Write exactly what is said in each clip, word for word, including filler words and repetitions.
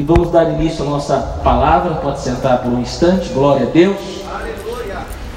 E vamos dar início à nossa palavra. Pode sentar por um instante. Glória a Deus. Aleluia.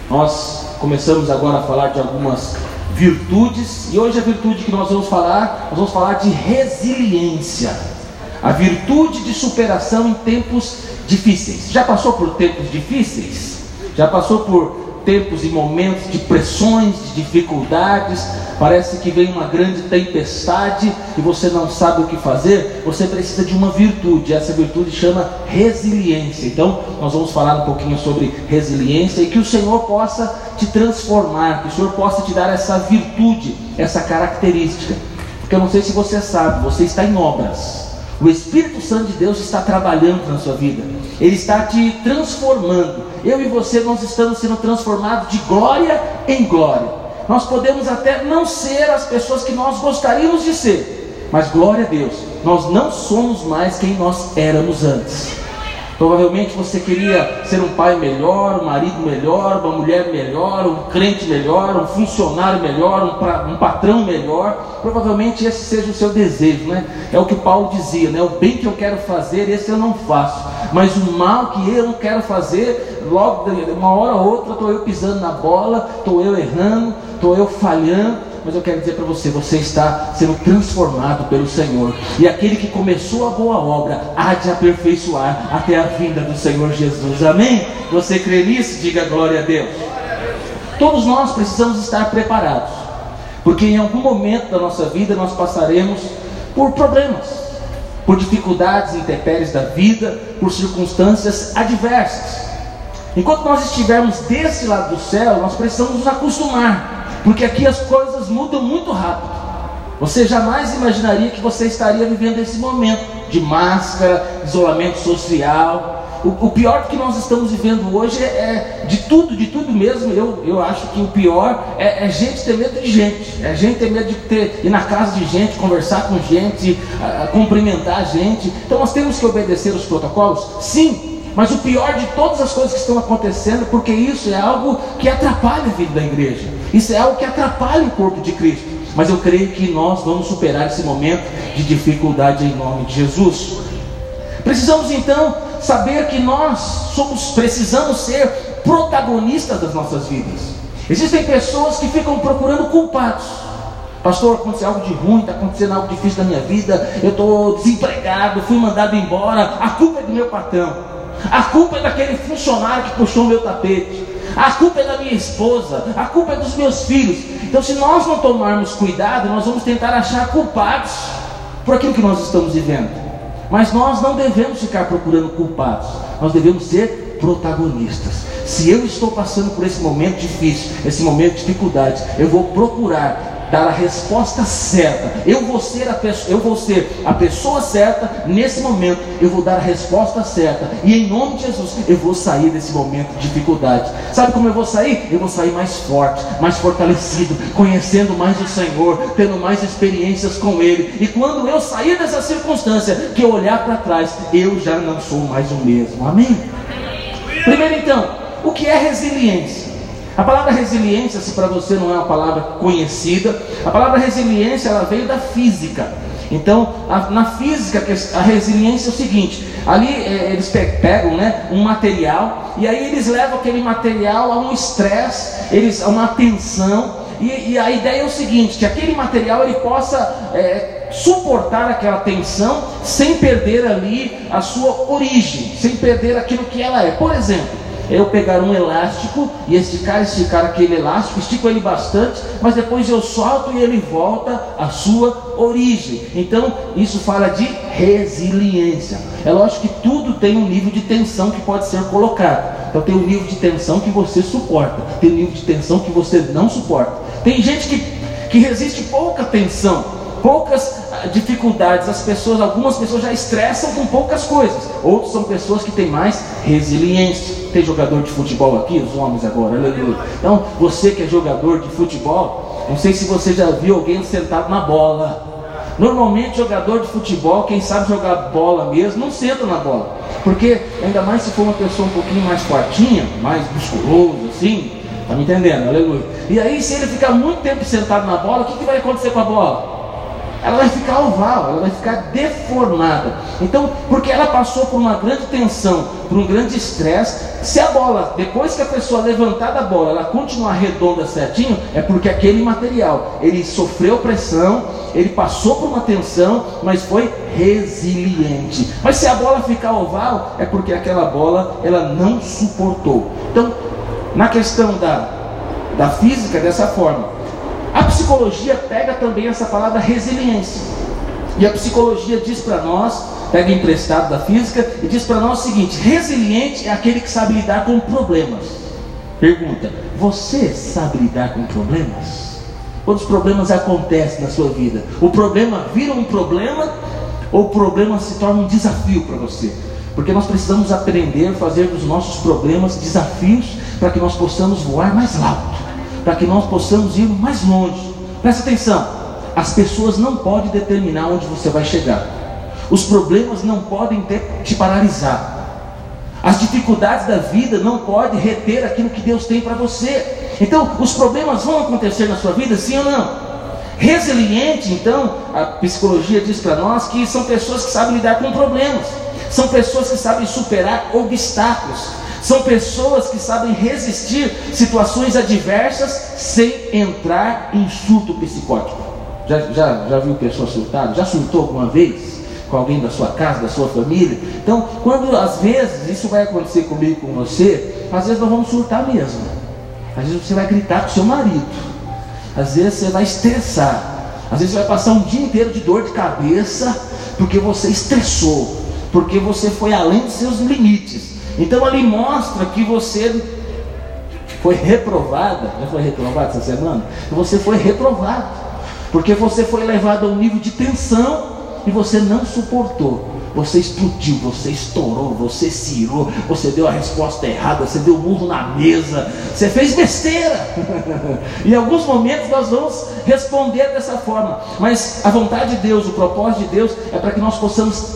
Nós começamos agora a falar de algumas virtudes. E hoje a virtude que nós vamos falar, nós vamos falar de resiliência. A virtude de superação em tempos difíceis. Já passou por tempos difíceis? Já passou por tempos e momentos de pressões, de dificuldades? Parece que vem uma grande tempestade e você não sabe o que fazer. Você precisa de uma virtude. Essa virtude chama resiliência. Então nós vamos falar um pouquinho sobre resiliência, e que o Senhor possa te transformar, que o Senhor possa te dar essa virtude, essa característica. Porque eu não sei se você sabe, você está em obras. O Espírito Santo de Deus está trabalhando na sua vida. Ele está te transformando. Eu e você, nós estamos sendo transformados de glória em glória. Nós podemos até não ser as pessoas que nós gostaríamos de ser, mas glória a Deus, nós não somos mais quem nós éramos antes. Provavelmente você queria ser um pai melhor, um marido melhor, uma mulher melhor, um crente melhor, um funcionário melhor, um, pra, um patrão melhor. Provavelmente esse seja o seu desejo, né? É o que Paulo dizia, né? O bem que eu quero fazer, esse eu não faço, mas o mal que eu não quero fazer, logo, uma hora ou outra, estou eu pisando na bola, estou eu errando, estou eu falhando. Mas eu quero dizer para você, você está sendo transformado pelo Senhor. E aquele que começou a boa obra há de aperfeiçoar até a vinda do Senhor Jesus. Amém? Você crê nisso? Diga glória a Deus. Todos nós precisamos estar preparados, porque em algum momento da nossa vida nós passaremos por problemas, por dificuldades, intempéries da vida, por circunstâncias adversas. Enquanto nós estivermos desse lado do céu, nós precisamos nos acostumar, porque aqui as coisas mudam muito rápido. Você jamais imaginaria que você estaria vivendo esse momento de máscara, isolamento social. O, o pior que nós estamos vivendo hoje é, é de tudo, de tudo mesmo. Eu, eu acho que o pior é, é gente ter medo de gente. É gente ter medo de ter, ir na casa de gente, conversar com gente, a, a cumprimentar a gente. Então nós temos que obedecer os protocolos? Sim. Mas o pior de todas as coisas que estão acontecendo, porque isso é algo que atrapalha a vida da igreja. Isso é algo que atrapalha o corpo de Cristo. Mas eu creio que nós vamos superar esse momento de dificuldade em nome de Jesus. Precisamos então saber que nós somos, precisamos ser protagonistas das nossas vidas. Existem pessoas que ficam procurando culpados. Pastor, aconteceu algo de ruim, está acontecendo algo difícil na minha vida, eu estou desempregado, fui mandado embora, a culpa é do meu patrão. A culpa é daquele funcionário que puxou o meu tapete. A culpa é da minha esposa. A culpa é dos meus filhos. Então, se nós não tomarmos cuidado, nós vamos tentar achar culpados por aquilo que nós estamos vivendo. Mas nós não devemos ficar procurando culpados. Nós devemos ser protagonistas. Se eu estou passando por esse momento difícil, esse momento de dificuldade, eu vou procurar dar a resposta certa. Eu vou ser a pessoa, eu vou ser a pessoa certa nesse momento. Eu vou dar a resposta certa. E em nome de Jesus, eu vou sair desse momento de dificuldade. Sabe como eu vou sair? Eu vou sair mais forte, mais fortalecido, conhecendo mais o Senhor, tendo mais experiências com Ele. E quando eu sair dessa circunstância, que eu olhar para trás, eu já não sou mais o mesmo. Amém? Primeiro então, o que é resiliência? A palavra resiliência, se para você não é uma palavra conhecida, a palavra resiliência, ela veio da física. Então, a, na física, a resiliência é o seguinte: ali é, eles pegam, né, um material, e aí eles levam aquele material a um estresse, eles, a uma tensão, e, e a ideia é o seguinte: que aquele material ele possa é, suportar aquela tensão sem perder ali a sua origem, sem perder aquilo que ela é. Por exemplo, eu pegar um elástico e esticar, esticar aquele elástico, estico ele bastante, mas depois eu solto e ele volta à sua origem. Então isso fala de resiliência. É lógico que tudo tem um nível de tensão que pode ser colocado. Então tem um nível de tensão que você suporta, tem um nível de tensão que você não suporta. Tem gente que, que resiste pouca tensão, poucas dificuldades. As pessoas, algumas pessoas já estressam com poucas coisas. Outros são pessoas que têm mais resiliência. Tem jogador de futebol aqui, os homens agora, aleluia. Então, você que é jogador de futebol, não sei se você já viu alguém sentado na bola. Normalmente jogador de futebol, quem sabe jogar bola mesmo, não senta na bola. Porque, ainda mais se for uma pessoa um pouquinho mais fortinha, mais musculoso, assim, tá me entendendo, aleluia. E aí, se ele ficar muito tempo sentado na bola, o que, que vai acontecer com a bola? ela vai ficar oval, ela vai ficar deformada. Então, porque ela passou por uma grande tensão, por um grande estresse. Se a bola, depois que a pessoa levantar da bola, ela continuar redonda certinho, é porque aquele material, ele sofreu pressão, ele passou por uma tensão, mas foi resiliente. Mas se a bola ficar oval, é porque aquela bola, ela não suportou. Então, na questão da, da física, dessa forma. A psicologia pega também essa palavra resiliência. E a psicologia diz para nós, pega emprestado da física, e diz para nós o seguinte: resiliente é aquele que sabe lidar com problemas. Pergunta: você sabe lidar com problemas? Quando os problemas acontecem na sua vida, o problema vira um problema, ou o problema se torna um desafio para você? Porque nós precisamos aprender a fazer dos nossos problemas desafios, para que nós possamos voar mais alto, para que nós possamos ir mais longe. Presta atenção, as pessoas não podem determinar onde você vai chegar. Os problemas não podem ter, te paralisar. As dificuldades da vida não podem reter aquilo que Deus tem para você. Então, os problemas vão acontecer na sua vida, sim ou não? Resiliente, então, a psicologia diz para nós que são pessoas que sabem lidar com problemas. São pessoas que sabem superar obstáculos. São pessoas que sabem resistir situações adversas sem entrar em surto psicótico. Já, já, já viu pessoa surtada? Já surtou alguma vez com alguém da sua casa, da sua família? Então, quando às vezes isso vai acontecer comigo e com você, às vezes nós vamos surtar mesmo. Às vezes você vai gritar com o seu marido. Às vezes você vai estressar. Às vezes você vai passar um dia inteiro de dor de cabeça, porque você estressou, porque você foi além dos seus limites. Então ali mostra que você foi reprovada. Já foi reprovado essa semana? Você foi reprovado, porque você foi levado a um nível de tensão e você não suportou. Você explodiu, você estourou, você cirou, você deu a resposta errada, você deu um murro na mesa, você fez besteira. Em alguns momentos nós vamos responder dessa forma, mas a vontade de Deus, o propósito de Deus é para que nós possamos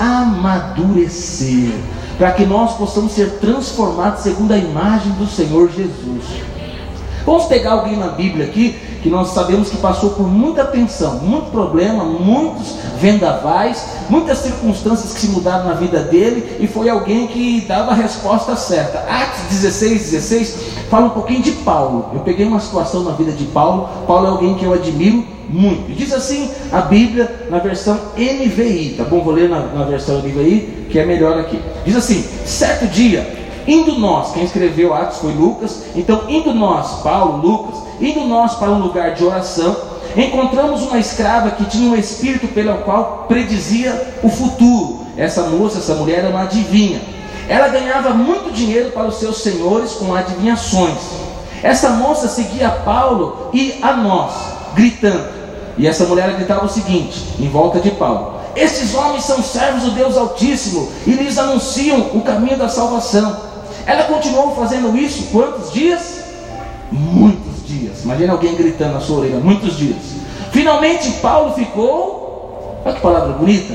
amadurecer, para que nós possamos ser transformados segundo a imagem do Senhor Jesus. Vamos pegar alguém na Bíblia aqui, que nós sabemos que passou por muita tensão, muito problema, muitos vendavais, muitas circunstâncias que se mudaram na vida dele, e foi alguém que dava a resposta certa. Atos dezesseis, dezesseis fala um pouquinho de Paulo. Eu peguei uma situação na vida de Paulo. Paulo é alguém que eu admiro muito. Diz assim a Bíblia na versão N V I, tá bom? Vou ler na, na versão N V I, que é melhor aqui. Diz assim: certo dia, indo nós, quem escreveu Atos foi Lucas, então indo nós, Paulo, Lucas, indo nós para um lugar de oração, encontramos uma escrava que tinha um espírito pelo qual predizia o futuro. Essa moça, essa mulher era uma adivinha. Ela ganhava muito dinheiro para os seus senhores com adivinhações. Essa moça seguia a Paulo e a nós, gritando. E essa mulher gritava o seguinte, em volta de Paulo: estes homens são servos do Deus Altíssimo e lhes anunciam o caminho da salvação. Ela continuou fazendo isso quantos dias? Muitos dias. Imagina alguém gritando na sua orelha, muitos dias. Finalmente Paulo ficou, olha que palavra bonita,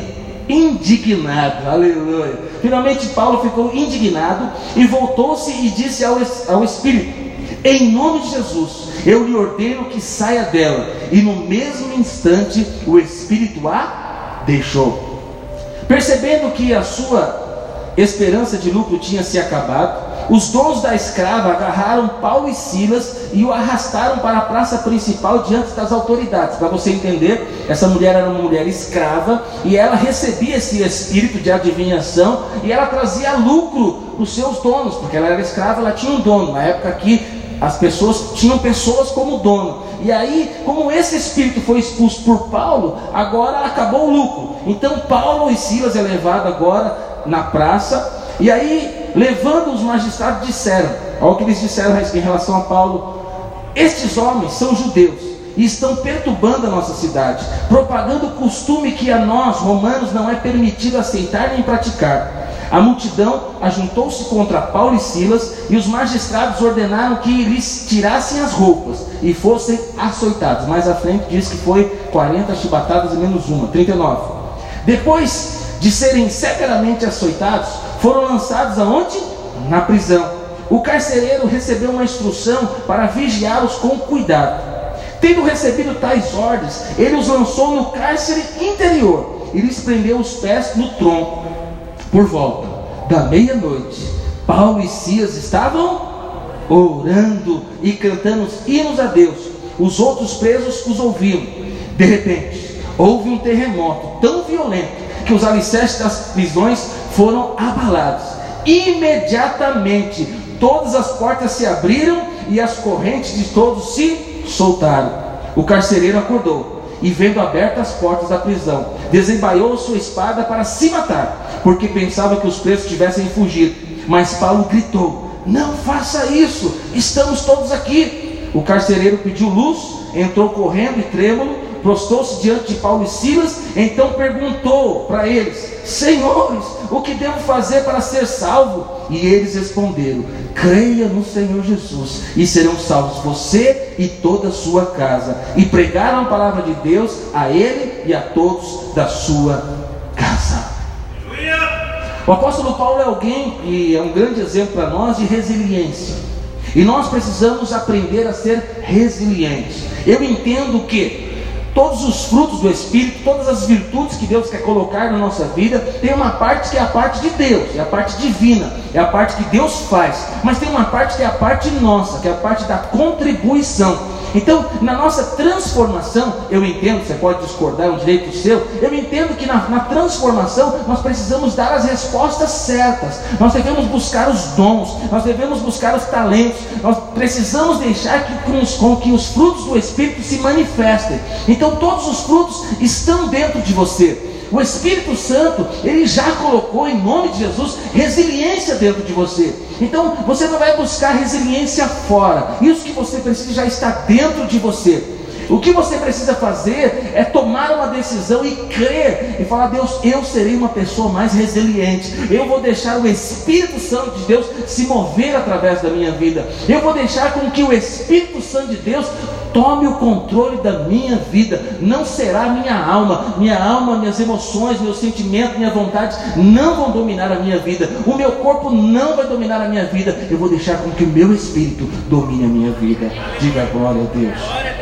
indignado. Aleluia. Finalmente Paulo ficou indignado e voltou-se e disse ao, ao Espírito: em nome de Jesus, eu lhe ordeno que saia dela. E no mesmo instante o Espírito a deixou. Percebendo que a sua esperança de lucro tinha se acabado, os donos da escrava agarraram Paulo e Silas e o arrastaram para a praça principal diante das autoridades. Para você entender, essa mulher era uma mulher escrava e ela recebia esse espírito de adivinhação e ela trazia lucro para os seus donos, porque ela era escrava, ela tinha um dono. Na época que as pessoas tinham pessoas como dono. E aí, como esse espírito foi expulso por Paulo, agora acabou o lucro. Então Paulo e Silas é levado agora na praça. E aí, levando os magistrados, disseram, olha o que eles disseram em relação a Paulo: estes homens são judeus e estão perturbando a nossa cidade, propagando o costume que a nós, romanos, não é permitido aceitar nem praticar. A multidão ajuntou-se contra Paulo e Silas, e os magistrados ordenaram que lhes tirassem as roupas e fossem açoitados. Mais à frente diz que foi quarenta chibatadas e menos uma, trinta e nove. Depois de serem severamente açoitados, foram lançados aonde? Na prisão. O carcereiro recebeu uma instrução para vigiá-los com cuidado. Tendo recebido tais ordens, ele os lançou no cárcere interior e lhes prendeu os pés no tronco. Por volta da meia-noite, Paulo e Silas estavam orando e cantando hinos a Deus. Os outros presos os ouviam. De repente, houve um terremoto tão violento que os alicerces das prisões foram abalados. Imediatamente, todas as portas se abriram e as correntes de todos se soltaram. O carcereiro acordou e, vendo abertas as portas da prisão, desembaiou sua espada para se matar, porque pensava que os presos tivessem fugido. Mas Paulo gritou: não faça isso, estamos todos aqui. O carcereiro pediu luz, entrou correndo e trêmulo, prostou-se diante de Paulo e Silas. Então perguntou para eles: senhores, o que devo fazer para ser salvo? E eles responderam: creia no Senhor Jesus e serão salvos você e toda a sua casa. E pregaram a palavra de Deus a ele e a todos da sua casa. O apóstolo Paulo é alguém que é um grande exemplo para nós de resiliência, e nós precisamos aprender a ser resilientes. Eu entendo que todos os frutos do Espírito, todas as virtudes que Deus quer colocar na nossa vida, tem uma parte que é a parte de Deus, é a parte divina, é a parte que Deus faz. Mas tem uma parte que é a parte nossa, que é a parte da contribuição. Então, na nossa transformação, eu entendo, você pode discordar, é um direito seu, eu entendo que na, na transformação nós precisamos dar as respostas certas. Nós devemos buscar os dons, nós devemos buscar os talentos, nós precisamos deixar que, com, os, com que os frutos do Espírito se manifestem. Então todos os frutos estão dentro de você. O Espírito Santo, ele já colocou, em nome de Jesus, resiliência dentro de você. Então você não vai buscar resiliência fora. Isso que você precisa já está dentro de você. O que você precisa fazer é tomar uma decisão e crer, e falar: Deus, eu serei uma pessoa mais resiliente. Eu vou deixar o Espírito Santo de Deus se mover através da minha vida. Eu vou deixar com que o Espírito Santo de Deus tome o controle da minha vida. Não será minha alma, minha alma, minhas emoções, meus sentimentos, minha vontade não vão dominar a minha vida. O meu corpo não vai dominar a minha vida. Eu vou deixar com que o meu Espírito domine a minha vida. Diga glória a Deus.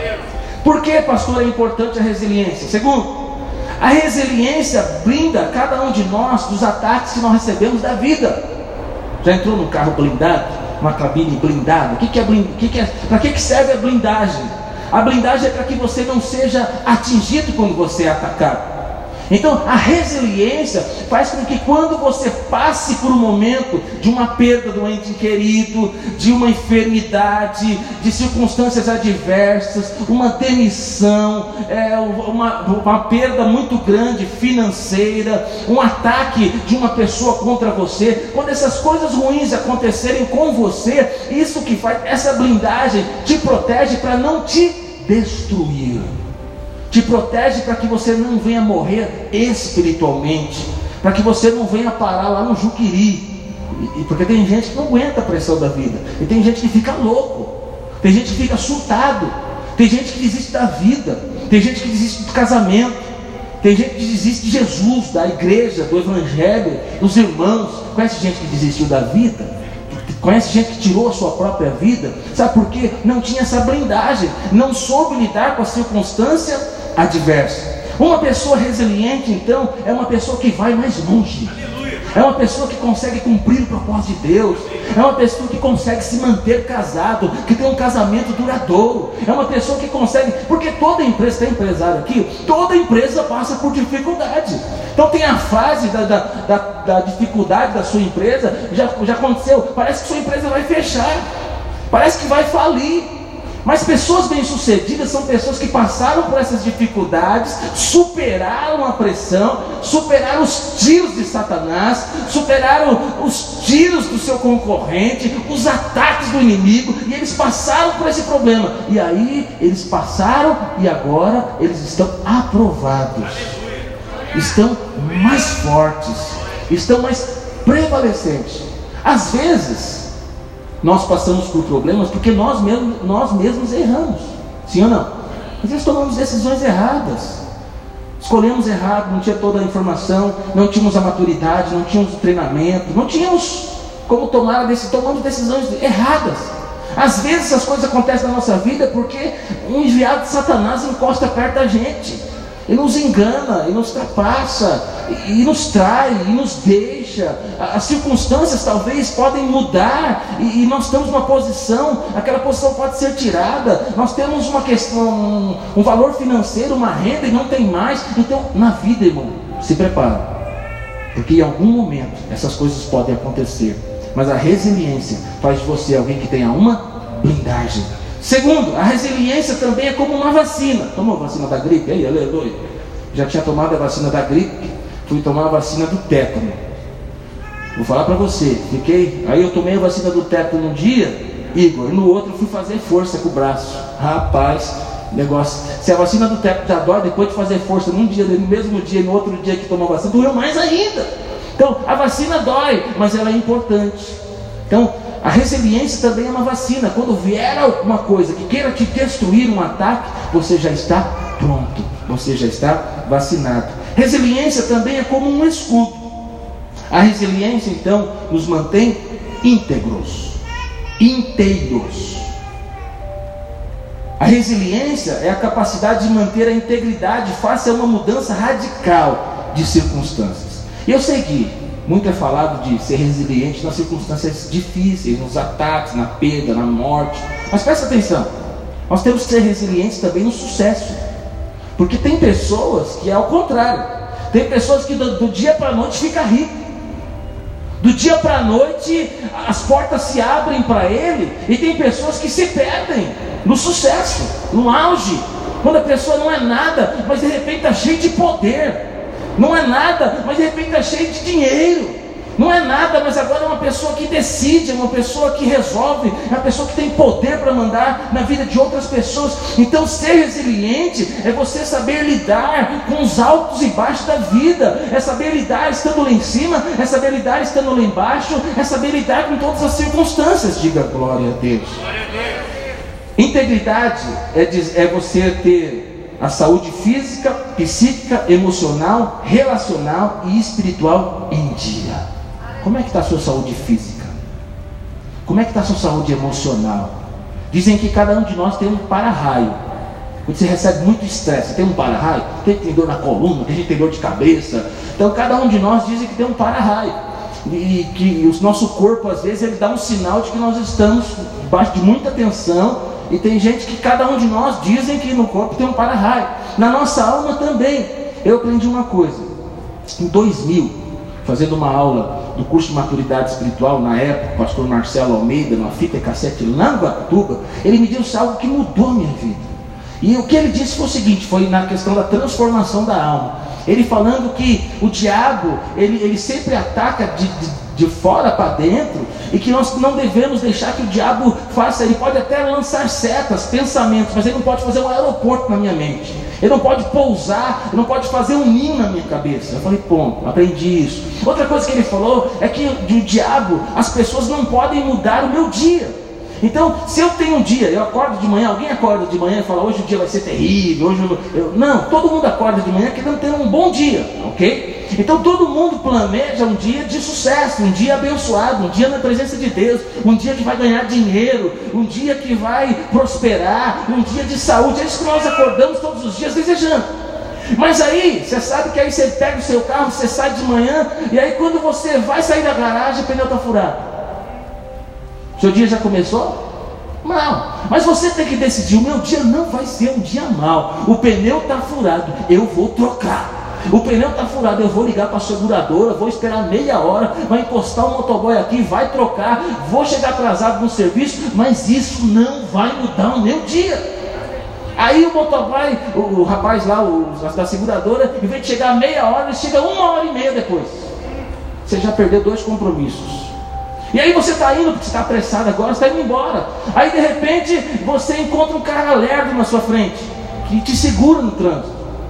Por que, pastor, é importante a resiliência? Segundo, a resiliência blinda cada um de nós dos ataques que nós recebemos da vida. Já entrou num carro blindado? Uma cabine blindada? O que, que é blind... que que é... Para que, que serve a blindagem? A blindagem é para que você não seja atingido quando você é atacado. Então a resiliência faz com que, quando você passe por um momento de uma perda do ente querido, de uma enfermidade, de circunstâncias adversas, uma demissão, é, uma, uma perda muito grande financeira, um ataque de uma pessoa contra você, quando essas coisas ruins acontecerem com você, isso que faz, essa blindagem te protege para não te destruir. Te protege para que você não venha morrer espiritualmente, para que você não venha parar lá no Juquiri. Porque tem gente que não aguenta a pressão da vida, e tem gente que fica louco, tem gente que fica surtado, tem gente que desiste da vida, tem gente que desiste do casamento, tem gente que desiste de Jesus, da igreja, do evangelho, dos irmãos. Conhece gente que desistiu da vida? Conhece gente que tirou a sua própria vida? Sabe por quê? Não tinha essa blindagem, não soube lidar com a circunstância adversa. Uma pessoa resiliente, então, é uma pessoa que vai mais longe. É uma pessoa que consegue cumprir o propósito de Deus. É uma pessoa que consegue se manter casado, que tem um casamento duradouro. É uma pessoa que consegue, porque toda empresa, tem empresário aqui, toda empresa passa por dificuldade. Então tem a fase da, da, da, da dificuldade da sua empresa. Já, já aconteceu, parece que sua empresa vai fechar, parece que vai falir. Mas pessoas bem-sucedidas são pessoas que passaram por essas dificuldades, superaram a pressão, superaram os tiros de Satanás, superaram os tiros do seu concorrente, os ataques do inimigo, e eles passaram por esse problema. E aí eles passaram, e agora eles estão aprovados, estão mais fortes, estão mais prevalecentes. Às vezes nós passamos por problemas porque nós mesmos, nós mesmos erramos, sim ou não? Às vezes tomamos decisões erradas, escolhemos errado, não tinha toda a informação, não tínhamos a maturidade, não tínhamos o treinamento, não tínhamos como tomar a decisão, tomamos decisões erradas. Às vezes essas coisas acontecem na nossa vida porque um enviado de Satanás encosta perto da gente, e nos engana, e nos ultrapassa, e, e nos trai, e nos deixa. As circunstâncias talvez podem mudar, e, e nós estamos numa posição, aquela posição pode ser tirada. Nós temos uma questão, um, um valor financeiro, uma renda, e não tem mais. Então, na vida, irmão, se prepara, porque em algum momento essas coisas podem acontecer. Mas a resiliência faz de você alguém que tenha uma blindagem. Segundo, a resiliência também é como uma vacina. Tomou a vacina da gripe? Aí, aleluia. Já tinha tomado a vacina da gripe, fui tomar a vacina do tétano. Vou falar para você, fiquei. Aí eu tomei a vacina do tétano um dia, Igor, e no outro eu fui fazer força com o braço. Rapaz, negócio. Se a vacina do tétano já dói, depois de fazer força num dia, no mesmo dia e no outro dia que tomou a vacina, doeu mais ainda. Então, a vacina dói, mas ela é importante. Então, a resiliência também é uma vacina. Quando vier alguma coisa que queira te destruir, um ataque, você já está pronto, você já está vacinado. Resiliência também é como um escudo. A resiliência então nos mantém íntegros, inteiros. A resiliência é a capacidade de manter a integridade face a uma mudança radical de circunstâncias. E eu sei que muito é falado de ser resiliente nas circunstâncias difíceis, nos ataques, na perda, na morte. Mas presta atenção, nós temos que ser resilientes também no sucesso. Porque tem pessoas que é ao contrário. Tem pessoas que do, do dia para a noite fica rico. Do dia para a noite as portas se abrem para ele. E tem pessoas que se perdem no sucesso, no auge. Quando a pessoa não é nada, mas de repente está cheio de poder. Não é nada, mas de repente está cheio de dinheiro. Não é nada, mas agora é uma pessoa que decide, é uma pessoa que resolve, é uma pessoa que tem poder para mandar na vida de outras pessoas. Então ser resiliente é você saber lidar com os altos e baixos da vida. É saber lidar estando lá em cima, é saber lidar estando lá embaixo, é saber lidar com todas as circunstâncias. Diga glória a Deus. Integridade é, é você ter a saúde física, psíquica, emocional, relacional e espiritual em dia. Como é que está a sua saúde física? Como é que está a sua saúde emocional? Dizem que cada um de nós tem um para-raio. Quando você recebe muito estresse, você tem um para-raio. Tem que ter dor na coluna, tem gente que tem dor de cabeça. Então cada um de nós dizem que tem um para-raio. E que o nosso corpo às vezes ele dá um sinal de que nós estamos debaixo de muita tensão. E tem gente que cada um de nós dizem que no corpo tem um para-raio. Na nossa alma também. Eu aprendi uma coisa. Em dois mil, fazendo uma aula do curso de maturidade espiritual, na época, o pastor Marcelo Almeida, numa fita cassete lá no Guaratuba, ele me disse algo que mudou a minha vida. E o que ele disse foi o seguinte, foi na questão da transformação da alma. Ele falando que o diabo, ele, ele sempre ataca de, de de fora para dentro, e que nós não devemos deixar que o diabo faça. Ele pode até lançar setas, pensamentos, mas ele não pode fazer um aeroporto na minha mente, ele não pode pousar, ele não pode fazer um ninho na minha cabeça. Eu falei, ponto, aprendi isso. Outra coisa que ele falou é que o diabo, as pessoas não podem mudar o meu dia. Então, se eu tenho um dia, eu acordo de manhã, alguém acorda de manhã e fala, hoje o dia vai ser terrível, hoje eu, eu... não, todo mundo acorda de manhã querendo ter um bom dia, ok? Então todo mundo planeja um dia de sucesso, um dia abençoado, um dia na presença de Deus, um dia que vai ganhar dinheiro, um dia que vai prosperar, um dia de saúde. É isso que nós acordamos todos os dias desejando. Mas aí, você sabe que aí você pega o seu carro, você sai de manhã, e aí quando você vai sair da garagem, o pneu está furado. Seu dia já começou? Mal. Mas você tem que decidir, o meu dia não vai ser um dia mal. O pneu está furado, eu vou trocar. O pneu está furado, eu vou ligar para a seguradora, vou esperar meia hora, vai encostar o motoboy aqui, vai trocar, vou chegar atrasado no serviço, mas isso não vai mudar o meu dia. Aí o motoboy, o, o rapaz lá, o, da seguradora, em vez de chegar meia hora, ele chega uma hora e meia depois. Você já perdeu dois compromissos. E aí você está indo, porque você está apressado agora, você está indo embora. Aí de repente você encontra um cara lerdo na sua frente, que te segura no trânsito.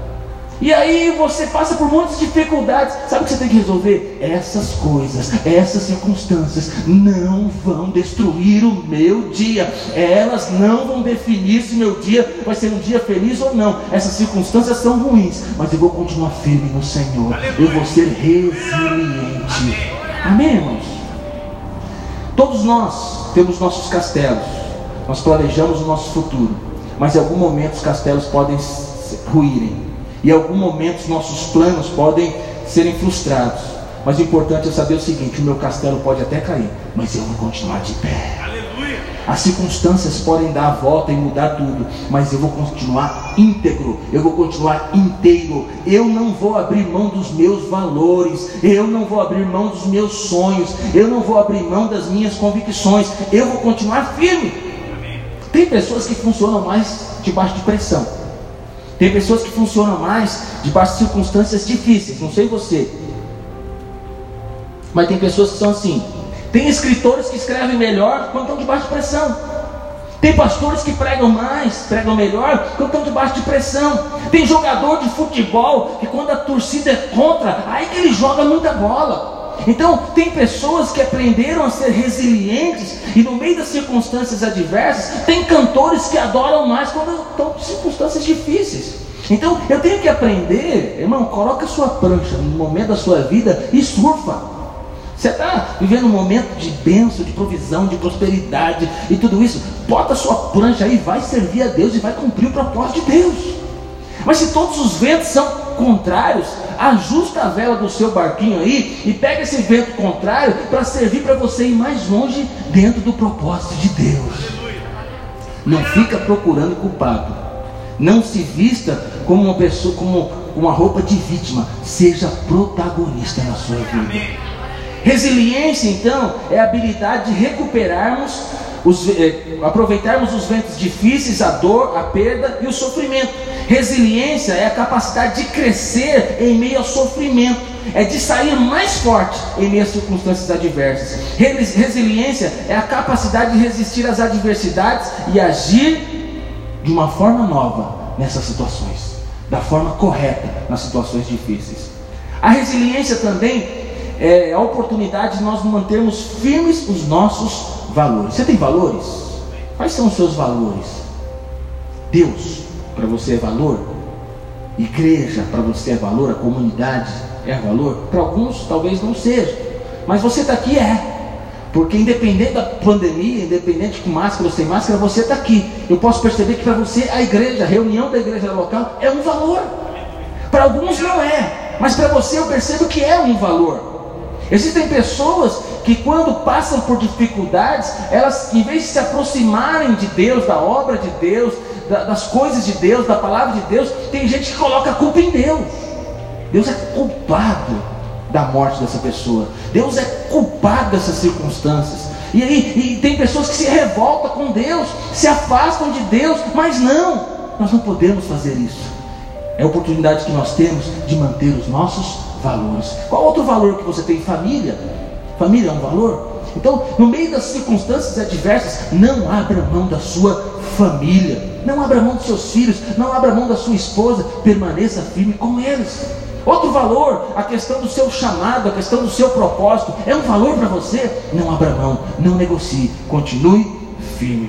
E aí você passa por muitas dificuldades. Sabe o que você tem que resolver? Essas coisas, essas circunstâncias não vão destruir o meu dia. Elas não vão definir se meu dia vai ser um dia feliz ou não. Essas circunstâncias são ruins, mas eu vou continuar firme no Senhor. Eu vou ser resiliente. Amém, irmãos? Todos nós temos nossos castelos. nós planejamos o nosso futuro, mas em algum momento os castelos podem ruírem, e em algum momento os nossos planos podem serem frustrados, mas o importante é saber o seguinte: o meu castelo pode até cair, mas eu vou continuar de pé. As circunstâncias podem dar a volta e mudar tudo, mas eu vou continuar íntegro, eu vou continuar inteiro, eu não vou abrir mão dos meus valores, eu não vou abrir mão dos meus sonhos, eu não vou abrir mão das minhas convicções, eu vou continuar firme. Tem pessoas que funcionam mais debaixo de pressão, tem pessoas que funcionam mais debaixo de circunstâncias difíceis, não sei você, mas tem pessoas que são assim. Tem escritores que escrevem melhor quando estão debaixo de pressão. Tem pastores que pregam mais, pregam melhor quando estão debaixo de pressão. Tem jogador de futebol que quando a torcida é contra, aí que ele joga muita bola. Então tem pessoas que aprenderam a ser resilientes e no meio das circunstâncias adversas. Tem cantores que adoram mais quando estão em circunstâncias difíceis. Então eu tenho que aprender, irmão, coloca a sua prancha no momento da sua vida e surfa. Você está vivendo um momento de bênção, de provisão, de prosperidade e tudo isso, bota a sua prancha aí, vai servir a Deus e vai cumprir o propósito de Deus. Mas se todos os ventos são contrários, ajusta a vela do seu barquinho aí e pega esse vento contrário para servir para você ir mais longe dentro do propósito de Deus. Não fica procurando culpado, não se vista como uma pessoa, como uma roupa de vítima, seja protagonista na sua vida. Resiliência, então, é a habilidade de recuperarmos, os, eh, aproveitarmos os ventos difíceis, a dor, a perda e o sofrimento. Resiliência é a capacidade de crescer em meio ao sofrimento, é de sair mais forte em meio às circunstâncias adversas. Resiliência é a capacidade de resistir às adversidades e agir de uma forma nova nessas situações, da forma correta nas situações difíceis. A resiliência também é a oportunidade de nós mantermos firmes os nossos valores. Você tem valores? Quais são os seus valores? Deus para você é valor? Igreja para você é valor? A comunidade é valor? Para alguns talvez não seja, mas você está aqui é, porque independente da pandemia, independente com máscara ou sem máscara, você está aqui. Eu posso perceber que para você a igreja, a reunião da igreja local é um valor. Para alguns não é, mas para você eu percebo que é um valor. Existem pessoas que quando passam por dificuldades, elas, em vez de se aproximarem de Deus, da obra de Deus, da, das coisas de Deus, da palavra de Deus, tem gente que coloca a culpa em Deus. Deus é culpado da morte dessa pessoa, Deus é culpado dessas circunstâncias. E aí e tem pessoas que se revoltam com Deus, se afastam de Deus, mas não, nós não podemos fazer isso. É a oportunidade que nós temos de manter os nossos valores. Qual outro valor que você tem? Família. Família é um valor. Então, no meio das circunstâncias adversas, não abra mão da sua família, não abra mão dos seus filhos, não abra mão da sua esposa, permaneça firme com eles. Outro valor, a questão do seu chamado, a questão do seu propósito, é um valor para você? Não abra mão, não negocie, continue firme.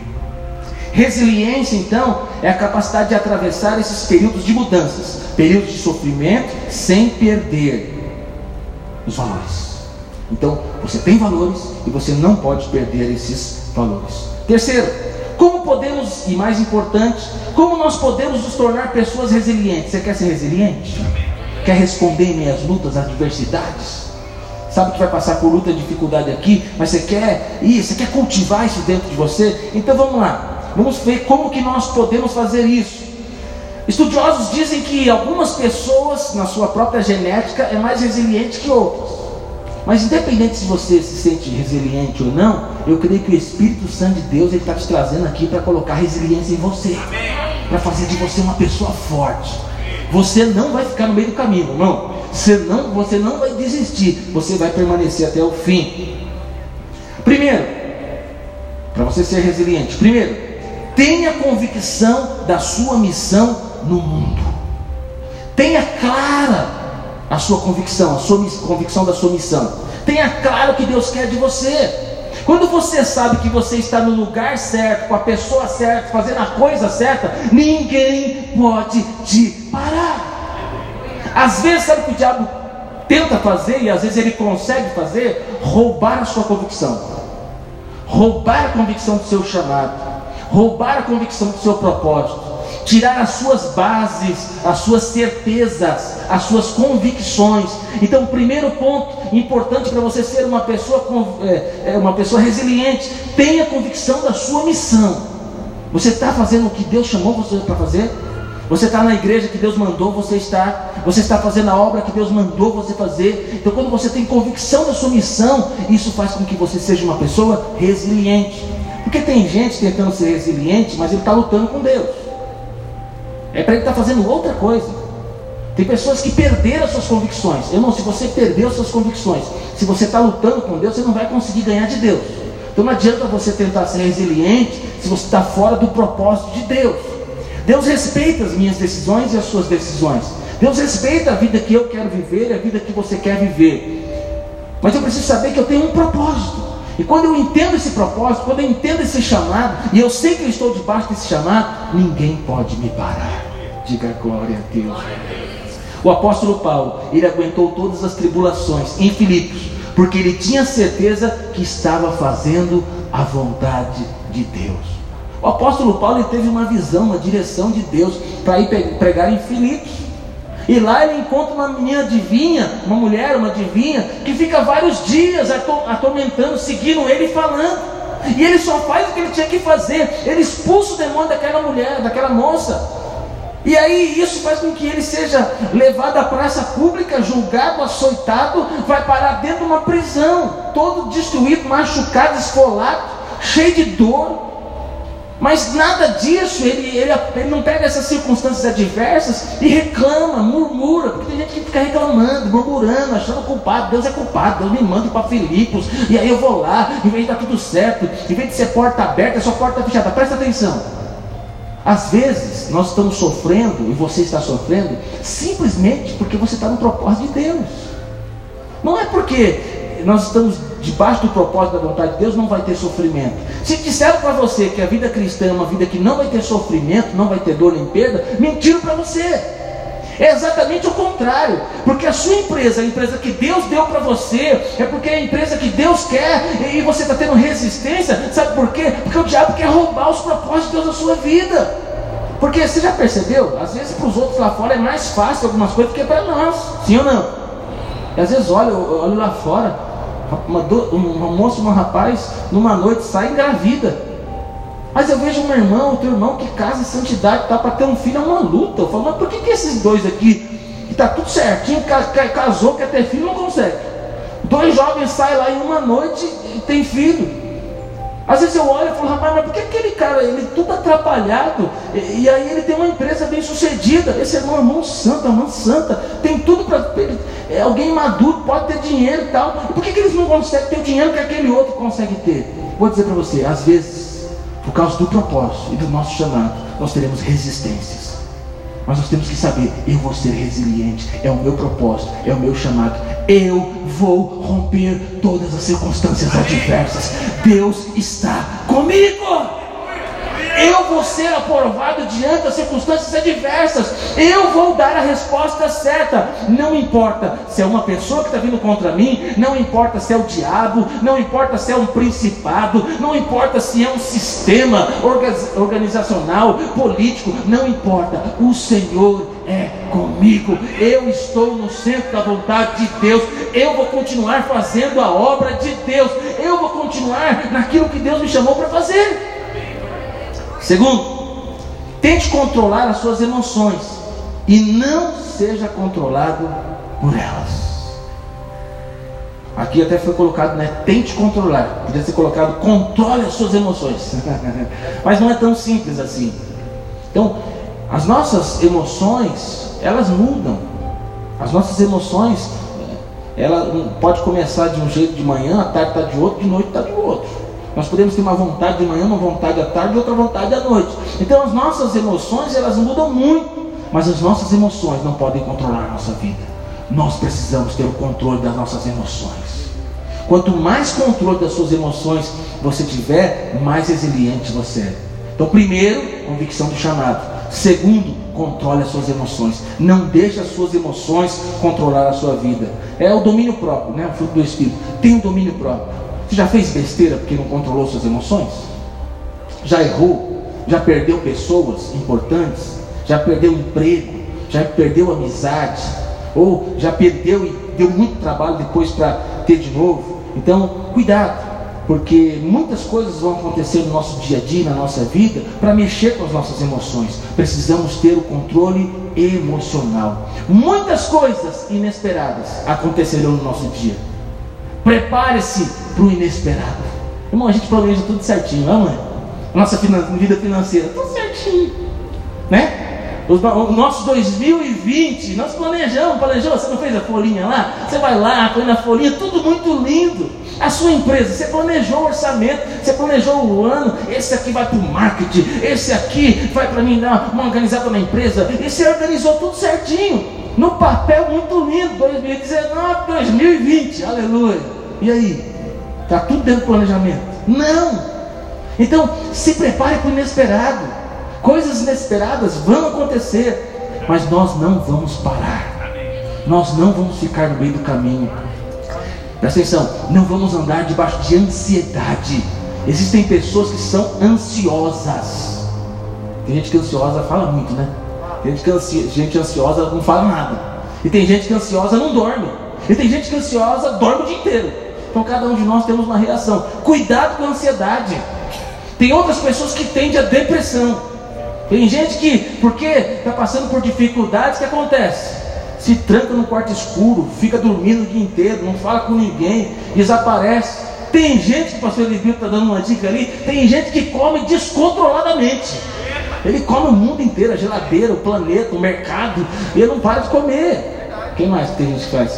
Resiliência, então, é a capacidade de atravessar esses períodos de mudanças, períodos de sofrimento, sem perder os valores. Então, você tem valores e você não pode perder esses valores. Terceiro, como podemos, e mais importante, como nós podemos nos tornar pessoas resilientes? Você quer ser resiliente? Quer responder em meio às lutas, adversidades? Sabe que vai passar por luta e dificuldade aqui, mas você quer isso, você quer cultivar isso dentro de você? Então vamos lá. Vamos ver como que nós podemos fazer isso. Estudiosos dizem que algumas pessoas, na sua própria genética, é mais resiliente que outras. Mas independente se você se sente resiliente ou não, eu creio que o Espírito Santo de Deus está te trazendo aqui para colocar resiliência em você, para fazer de você uma pessoa forte. Você não vai ficar no meio do caminho, irmão. Você não, você não vai desistir, você vai permanecer até o fim. Primeiro, para você ser resiliente, primeiro, tenha convicção da sua missão no mundo. Tenha clara a sua convicção, a sua convicção da sua missão. Tenha claro o que Deus quer de você. Quando você sabe que você está no lugar certo, com a pessoa certa, fazendo a coisa certa, ninguém pode te parar. Às vezes, sabe o que o diabo tenta fazer, e às vezes ele consegue fazer? Roubar a sua convicção, roubar a convicção do seu chamado, roubar a convicção do seu propósito, tirar as suas bases, as suas certezas, as suas convicções. Então, o primeiro ponto importante para você ser uma pessoa, é, uma pessoa resiliente: tenha convicção da sua missão. Você está fazendo o que Deus chamou você para fazer? Você está na igreja que Deus mandou você estar? Você está fazendo a obra que Deus mandou você fazer? Então, quando você tem convicção da sua missão, isso faz com que você seja uma pessoa resiliente. Porque tem gente tentando ser resiliente, mas ele está lutando com Deus. É para ele estar fazendo outra coisa. Tem pessoas que perderam as suas convicções. Irmão, se você perdeu as suas convicções, se você está lutando com Deus, você não vai conseguir ganhar de Deus. Então não adianta você tentar ser resiliente se você está fora do propósito de Deus. Deus respeita as minhas decisões e as suas decisões. Deus respeita a vida que eu quero viver e a vida que você quer viver. Mas eu preciso saber que eu tenho um propósito. E quando eu entendo esse propósito, quando eu entendo esse chamado, e eu sei que eu estou debaixo desse chamado, ninguém pode me parar. Diga glória a Deus. O apóstolo Paulo, ele aguentou todas as tribulações em Filipos, porque ele tinha certeza que estava fazendo a vontade de Deus. O apóstolo Paulo, ele teve uma visão, uma direção de Deus para ir pregar em Filipos. E lá ele encontra uma menina adivinha, uma mulher, uma adivinha, que fica vários dias atormentando, seguindo ele e falando. E ele só faz o que ele tinha que fazer. Ele expulsa o demônio daquela mulher, daquela moça. E aí isso faz com que ele seja levado à praça pública, julgado, açoitado, vai parar dentro de uma prisão, todo destruído, machucado, esfolado, cheio de dor. Mas nada disso, ele, ele, ele não pega essas circunstâncias adversas e reclama, murmura, porque tem gente que fica reclamando, murmurando, achando culpado. Deus é culpado, Deus me manda para Filipos, e aí eu vou lá, em vez de dar tudo certo, em vez de ser porta aberta, é só porta fechada. Presta atenção. Às vezes nós estamos sofrendo, e você está sofrendo, simplesmente porque você está no propósito de Deus. Não é porque nós estamos debaixo do propósito da vontade de Deus, não vai ter sofrimento. Se disseram para você que a vida cristã é uma vida que não vai ter sofrimento, não vai ter dor nem perda, mentiram para você. É exatamente o contrário. Porque a sua empresa, a empresa que Deus deu para você, é porque é a empresa que Deus quer, e você está tendo resistência. Sabe por quê? Porque o diabo quer roubar os propósitos de Deus da sua vida. Porque você já percebeu? Às vezes para os outros lá fora é mais fácil algumas coisas do que para nós. Sim ou não? E às vezes olha, eu olho lá fora, Uma, uma moça, um rapaz, numa noite sai engravida. Mas eu vejo um irmão, outro irmão que casa em santidade, tá, para ter um filho é uma luta. Eu falo, mas por que, que esses dois aqui, que está tudo certinho, casou, quer ter filho, não consegue? Dois jovens saem lá em uma noite e tem filho. Às vezes eu olho e falo, rapaz, mas por que aquele cara, ele tudo atrapalhado, e, e aí ele tem uma empresa bem sucedida, esse irmão é irmão santo, irmã santa, tem tudo para, é alguém maduro, pode ter dinheiro e tal, e por que, que eles não conseguem ter o dinheiro que aquele outro consegue ter? Vou dizer para você, às vezes, por causa do propósito e do nosso chamado, nós teremos resistências. Mas nós temos que saber, eu vou ser resiliente, é o meu propósito, é o meu chamado. Eu vou romper todas as circunstâncias adversas. Deus está comigo. Eu vou ser aprovado diante das circunstâncias adversas. Eu vou dar a resposta certa. Não importa se é uma pessoa que está vindo contra mim, não importa se é o diabo, não importa se é um principado, não importa se é um sistema organizacional, político, não importa. O Senhor é comigo. Eu estou no centro da vontade de Deus. Eu vou continuar fazendo a obra de Deus. Eu vou continuar naquilo que Deus me chamou para fazer. Segundo, tente controlar as suas emoções e não seja controlado por elas. Aqui até foi colocado, né? Tente controlar. Podia ser colocado, controle as suas emoções. Mas não é tão simples assim. Então, as nossas emoções, elas mudam. As nossas emoções, ela pode começar de um jeito de manhã, à tarde está de outro, de noite está de outro. Nós podemos ter uma vontade de manhã, uma vontade à tarde e outra vontade à noite. Então as nossas emoções, elas mudam muito. Mas as nossas emoções não podem controlar a nossa vida. Nós precisamos ter o controle das nossas emoções. Quanto mais controle das suas emoções você tiver, mais resiliente você é. Então primeiro, convicção do chamado. Segundo, controle as suas emoções. Não deixe as suas emoções controlar a sua vida. É o domínio próprio, né? O fruto do Espírito. Tem o domínio próprio. Você já fez besteira porque não controlou suas emoções? Já errou? já perdeu pessoas importantes, já perdeu emprego, já perdeu amizade, ou já perdeu e deu muito trabalho depois para ter de novo. Então, cuidado, porque muitas coisas vão acontecer no nosso dia a dia, na nossa vida, para mexer com as nossas emoções. Precisamos ter o controle emocional. Muitas coisas inesperadas acontecerão no nosso dia. Prepare-se para o inesperado. Irmão, a gente planeja tudo certinho, não é? Nossa vida financeira, tudo certinho, né? O nosso dois mil e vinte, nós planejamos, planejou, você não fez a folhinha lá? Você vai lá, põe na folhinha, tudo muito lindo. A sua empresa, você planejou o orçamento, você planejou o ano, esse aqui vai para o marketing, esse aqui vai para mim dar uma organizada na empresa, e você organizou tudo certinho, no papel muito lindo, dois mil e dezenove, dois mil e vinte, aleluia. E aí? Está tudo dentro do planejamento? Não! Então, se prepare para o inesperado. Coisas inesperadas vão acontecer, mas nós não vamos parar. Nós não vamos ficar no meio do caminho. Presta atenção, não vamos andar debaixo de ansiedade. Existem pessoas que são ansiosas. Tem gente que é ansiosa fala muito, né? Tem gente que é ansi... gente ansiosa não fala nada. E tem gente que é ansiosa não dorme. E tem gente que é ansiosa dorme o dia inteiro. Então cada um de nós temos uma reação. Cuidado com a ansiedade. Tem outras pessoas que tendem à depressão. Tem gente que, porque está passando por dificuldades, o que acontece? Se tranca no quarto escuro, fica dormindo o dia inteiro, não fala com ninguém, desaparece. Tem gente, que o pastor Elibio está dando uma dica ali, tem gente que come descontroladamente. Ele come o mundo inteiro, a geladeira, o planeta, o mercado, e ele não para de comer. Quem mais tem gente que faz?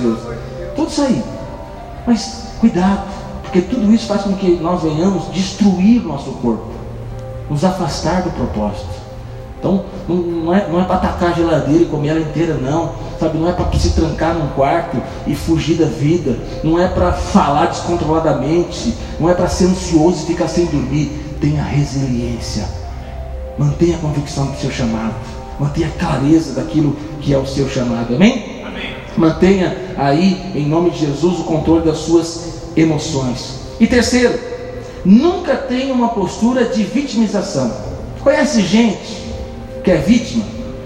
Tudo isso aí. Mas cuidado, porque tudo isso faz com que nós venhamos destruir o nosso corpo, nos afastar do propósito. Então não é, não é para atacar a geladeira e comer ela inteira, não, sabe? Não é para se trancar num quarto e fugir da vida, não é para falar descontroladamente, não é para ser ansioso e ficar sem dormir. Tenha resiliência, mantenha a convicção do seu chamado, mantenha a clareza daquilo que é o seu chamado, amém? Amém. Mantenha aí, em nome de Jesus, o controle das suas emoções. E terceiro, nunca tenha uma postura de vitimização. Conhece gente que é vítima?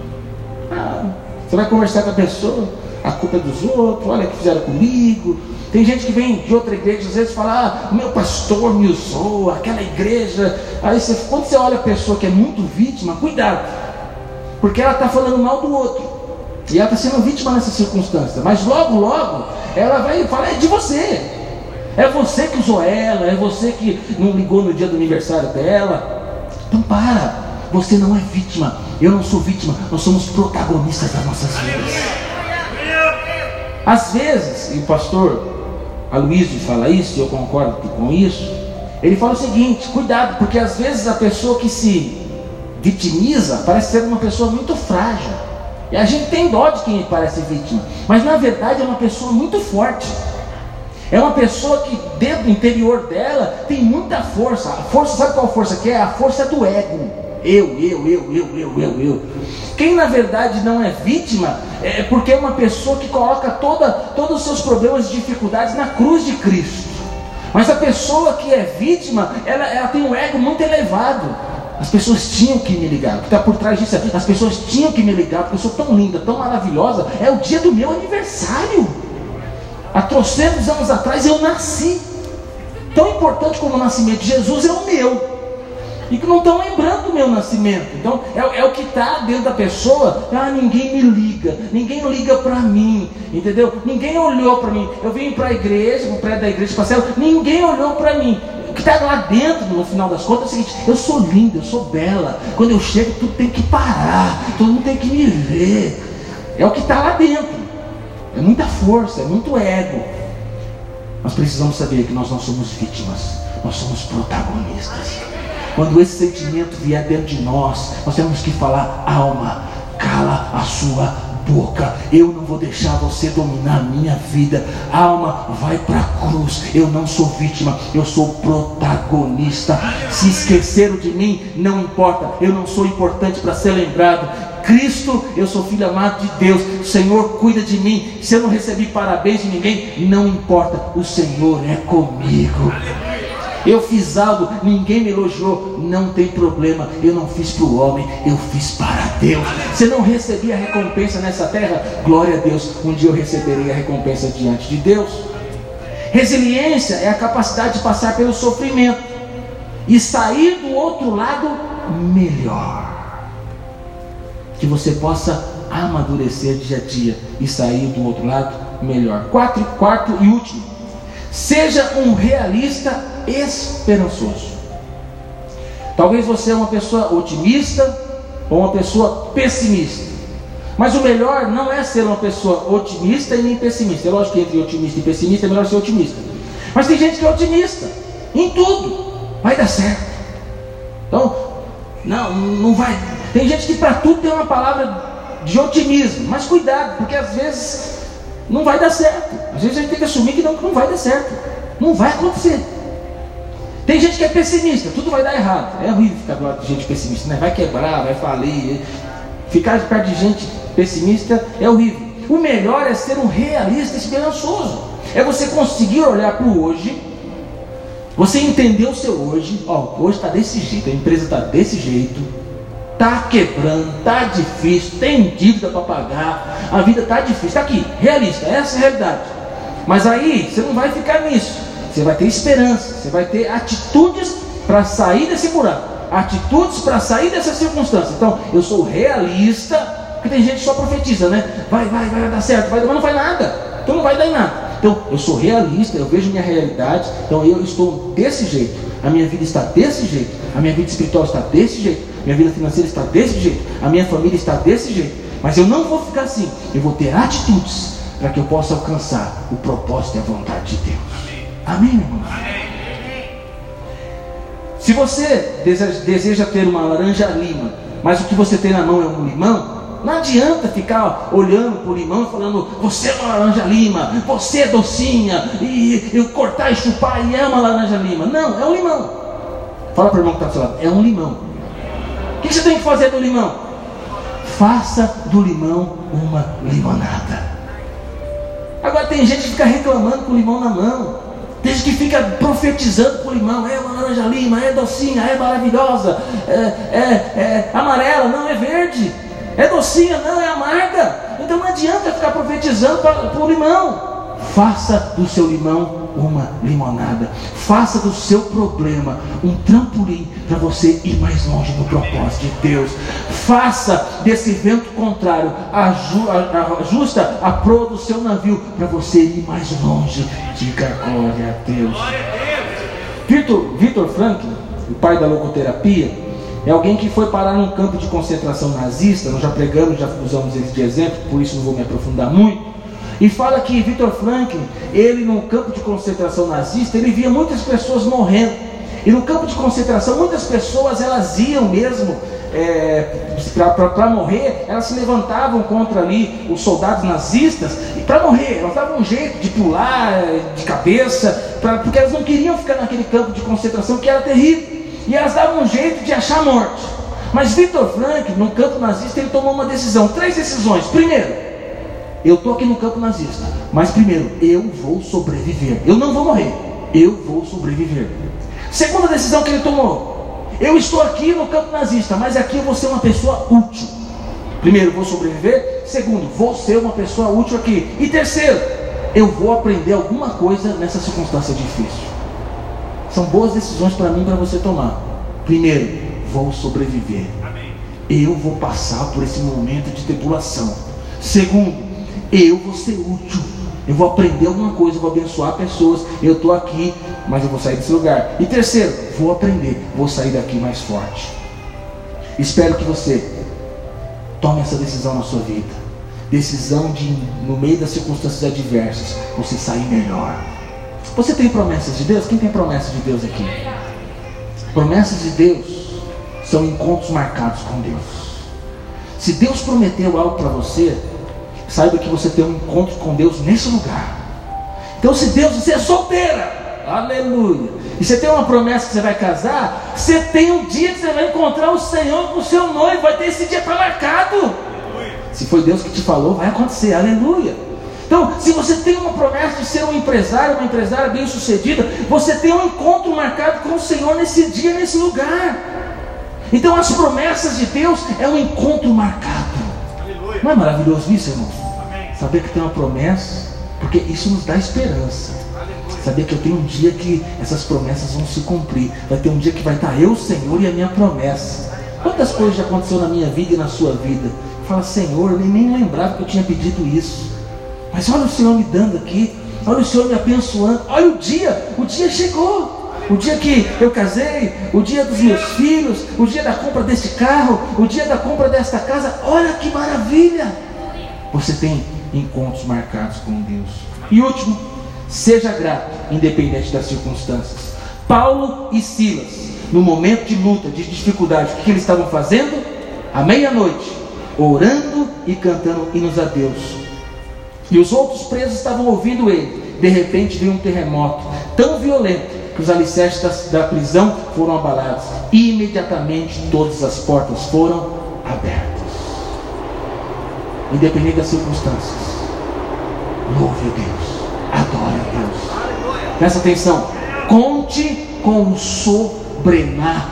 Ah, você vai conversar com a pessoa, a culpa é dos outros, olha o que fizeram comigo. Tem gente que vem de outra igreja, às vezes fala, ah, meu pastor me usou, aquela igreja. Aí você, quando você olha a pessoa que é muito vítima, cuidado, porque ela está falando mal do outro, e ela está sendo vítima nessa circunstância, mas logo, logo, ela vai falar, é de você. É você que usou ela, é você que não ligou no dia do aniversário dela. Então para, você não é vítima, eu não sou vítima, nós somos protagonistas das nossas vidas. Às vezes, e o pastor Aloysio fala isso, e eu concordo com isso, ele fala o seguinte, cuidado, porque às vezes a pessoa que se vitimiza parece ser uma pessoa muito frágil, e a gente tem dó de quem parece vítima, mas na verdade é uma pessoa muito forte. É uma pessoa que dentro do interior dela tem muita força. A força, sabe qual força que é? A força do ego. Eu, eu, eu, eu, eu, eu, eu. Quem na verdade não é vítima é porque é uma pessoa que coloca toda, todos os seus problemas e dificuldades na cruz de Cristo. Mas a pessoa que é vítima, ela, ela tem um ego muito elevado. As pessoas tinham que me ligar. O que está por trás disso? As pessoas tinham que me ligar, porque eu sou tão linda, tão maravilhosa. É o dia do meu aniversário. Há trocentos anos atrás eu nasci. Tão importante como o nascimento de Jesus é o meu. E que não estão lembrando do meu nascimento. Então é, é o que está dentro da pessoa. Ah, ninguém me liga, ninguém liga para mim, entendeu? Ninguém olhou para mim. Eu vim para a igreja, para o prédio da igreja, para célula, ninguém olhou para mim. O que está lá dentro, no final das contas, é o seguinte: eu sou linda, eu sou bela. Quando eu chego, tudo tem que parar, todo mundo tem que me ver. É o que está lá dentro. É muita força, é muito ego. Nós precisamos saber que nós não somos vítimas, nós somos protagonistas. Quando esse sentimento vier dentro de nós, nós temos que falar: alma, cala a sua boca, eu não vou deixar você dominar a minha vida. Alma, vai para a cruz, eu não sou vítima, eu sou protagonista. Se esqueceram de mim, não importa, eu não sou importante para ser lembrado. Cristo, eu sou filho amado de Deus, o Senhor cuida de mim. Se eu não recebi parabéns de ninguém, não importa, o Senhor é comigo. Eu fiz algo, ninguém me elogiou, não tem problema. Eu não fiz para o homem, eu fiz para Deus. Você não recebia a recompensa nessa terra? Glória a Deus, um dia eu receberei a recompensa diante de Deus. Resiliência é a capacidade de passar pelo sofrimento e sair do outro lado melhor. Que você possa amadurecer dia a dia e sair do outro lado melhor. Quatro, quarto e último, seja um realista esperançoso. Talvez você é uma pessoa otimista ou uma pessoa pessimista, mas o melhor não é ser uma pessoa otimista e nem pessimista. É lógico que entre otimista e pessimista é melhor ser otimista, mas tem gente que é otimista em tudo, vai dar certo. Então, não, não vai. Tem gente que para tudo tem uma palavra de otimismo, mas cuidado, porque às vezes não vai dar certo. Às vezes a gente tem que assumir que não, que não vai dar certo, não vai acontecer. Tem gente que é pessimista, tudo vai dar errado. É horrível ficar do lado de gente pessimista, né? Vai quebrar, vai falir. Ficar de perto de gente pessimista é horrível. O melhor é ser um realista esperançoso. É você conseguir olhar para o hoje, você entender o seu hoje. Ó, hoje está desse jeito, a empresa está desse jeito, está quebrando, está difícil, tem dívida para pagar, a vida está difícil. Está aqui, realista, essa é a realidade. Mas aí você não vai ficar nisso. Você vai ter esperança, você vai ter atitudes para sair desse buraco, atitudes para sair dessa circunstância. Então, eu sou realista, porque tem gente que só profetiza, né? Vai, vai, vai dar certo, vai, mas não vai nada. Então não vai dar em nada. Então, eu sou realista, eu vejo minha realidade. Então, eu estou desse jeito. A minha vida está desse jeito. A minha vida espiritual está desse jeito. Minha vida financeira está desse jeito. A minha família está desse jeito. Mas eu não vou ficar assim. Eu vou ter atitudes para que eu possa alcançar o propósito e a vontade de Deus. Amém, irmão? Se você deseja, deseja ter uma laranja lima, mas o que você tem na mão é um limão, não adianta ficar olhando para o limão e falando: você é uma laranja lima, você é docinha, e eu cortar e chupar e é uma laranja lima. Não, é um limão. Fala para o irmão que está do seu lado: é um limão. O que você tem que fazer do limão? Faça do limão uma limonada. Agora tem gente que fica reclamando com o limão na mão. Tem gente que fica profetizando com o limão: é uma laranja lima, é docinha, é maravilhosa, é, é, é amarela, não, é verde, é docinha, não, é amarga. Então não adianta ficar profetizando para o limão. Faça do seu limão uma limonada. Faça do seu problema um trampolim para você ir mais longe no propósito de Deus. Faça desse vento contrário ajusta a proa do seu navio para você ir mais longe. Diga glória a Deus. Victor, Victor Frankl, o pai da logoterapia, é alguém que foi parar num campo de concentração nazista. Nós já pregamos, já usamos ele de exemplo, por isso não vou me aprofundar muito. E fala que Victor Frankl, ele no campo de concentração nazista, ele via muitas pessoas morrendo. E no campo de concentração, muitas pessoas, elas iam mesmo é, para morrer, elas se levantavam contra ali os soldados nazistas, e para morrer, elas davam um jeito de pular de cabeça, pra, porque elas não queriam ficar naquele campo de concentração que era terrível. E elas davam um jeito de achar a morte. Mas Victor Frankl, no campo nazista, ele tomou uma decisão, três decisões. Primeiro, eu estou aqui no campo nazista, mas primeiro, eu vou sobreviver. Eu não vou morrer, eu vou sobreviver. Segunda decisão que ele tomou: eu estou aqui no campo nazista, mas aqui eu vou ser uma pessoa útil. Primeiro, vou sobreviver. Segundo, vou ser uma pessoa útil aqui. E terceiro, eu vou aprender alguma coisa nessa circunstância difícil. São boas decisões para mim e para você tomar. Primeiro, vou sobreviver. Eu vou passar por esse momento de tribulação. Segundo, eu vou ser útil, eu vou aprender alguma coisa, eu vou abençoar pessoas. Eu estou aqui, mas eu vou sair desse lugar. E terceiro, vou aprender, vou sair daqui mais forte. Espero que você tome essa decisão na sua vida. Decisão de, no meio das circunstâncias adversas, você sair melhor. Você tem promessas de Deus? Quem tem promessas de Deus aqui? Promessas de Deus são encontros marcados com Deus. Se Deus prometeu algo para você, saiba que você tem um encontro com Deus nesse lugar. Então, se Deus, você é solteira, aleluia, e você tem uma promessa que você vai casar, você tem um dia que você vai encontrar o Senhor com o seu noivo, vai ter esse dia para marcado. Se foi Deus que te falou, vai acontecer, aleluia. Então, se você tem uma promessa de ser um empresário, uma empresária bem sucedida, você tem um encontro marcado com o Senhor nesse dia, nesse lugar. Então as promessas de Deus é um encontro marcado. Aleluia. Não é maravilhoso isso, irmão? Amém. Saber que tem uma promessa, porque isso nos dá esperança. Aleluia. Saber que eu tenho um dia que essas promessas vão se cumprir. Vai ter um dia que vai estar eu, o Senhor, e a minha promessa. Quantas coisas já aconteceu na minha vida e na sua vida? Fala, Senhor, eu nem lembrava que eu tinha pedido isso, mas olha o Senhor me dando aqui, olha o Senhor me abençoando, olha o dia, o dia chegou, o dia que eu casei, o dia dos meus filhos, o dia da compra deste carro, o dia da compra desta casa, olha que maravilha. Você tem encontros marcados com Deus. E último, seja grato, independente das circunstâncias. Paulo e Silas, no momento de luta, de dificuldade, o que eles estavam fazendo? À meia-noite, orando e cantando hinos a Deus. E os outros presos estavam ouvindo ele. De repente veio um terremoto tão violento que os alicerces da, da prisão foram abalados. E imediatamente todas as portas foram abertas. Independente das circunstâncias, louve a Deus, adore a Deus. Presta atenção, conte com o sobrenatural.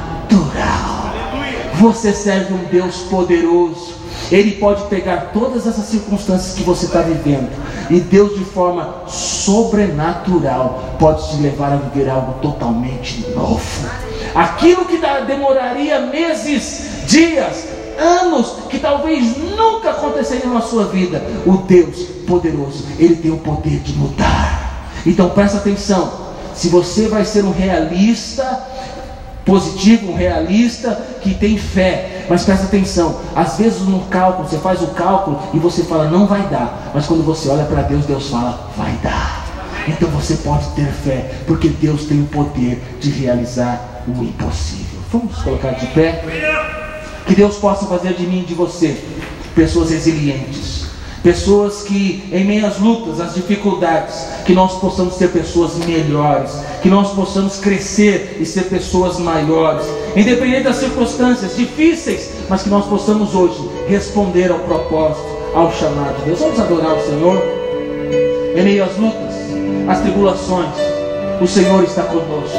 Você serve um Deus poderoso. Ele pode pegar todas essas circunstâncias que você está vivendo, e Deus, de forma sobrenatural, pode te levar a viver algo totalmente novo. Aquilo que demoraria meses, dias, anos, que talvez nunca aconteceriam na sua vida, o Deus poderoso, Ele tem o poder de mudar. Então presta atenção, se você vai ser um realista positivo, um realista que tem fé, mas presta atenção, às vezes no cálculo, você faz o cálculo e você fala, não vai dar, mas quando você olha para Deus, Deus fala, vai dar. Então você pode ter fé, porque Deus tem o poder de realizar o impossível. Vamos colocar de pé? Que Deus possa fazer de mim e de você pessoas resilientes, pessoas que em meio às lutas, às dificuldades, que nós possamos ser pessoas melhores, que nós possamos crescer e ser pessoas maiores, independente das circunstâncias difíceis, mas que nós possamos hoje responder ao propósito, ao chamado de Deus. Vamos adorar o Senhor. Em meio às lutas, às tribulações, o Senhor está conosco.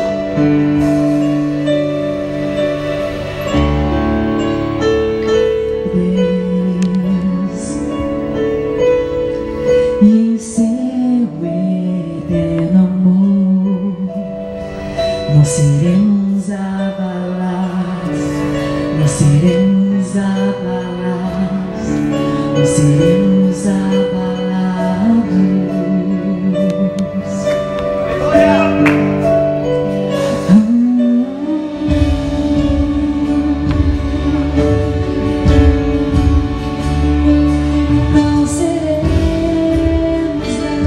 Não seremos abalados, não seremos abalados, não seremos abalados. Hum. Não seremos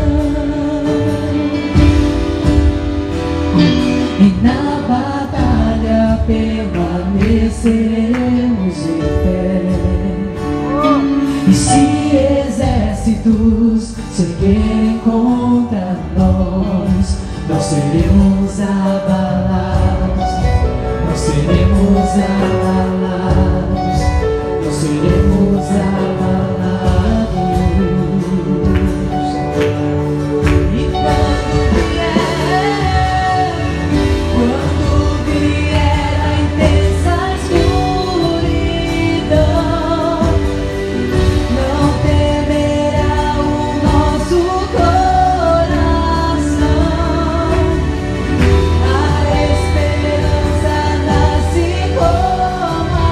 não. E na batalha permaneceremos em pé. E se exércitos se erguerem contra nós, não seremos abalados, não seremos abalados, não seremos abalados. A esperança nasce como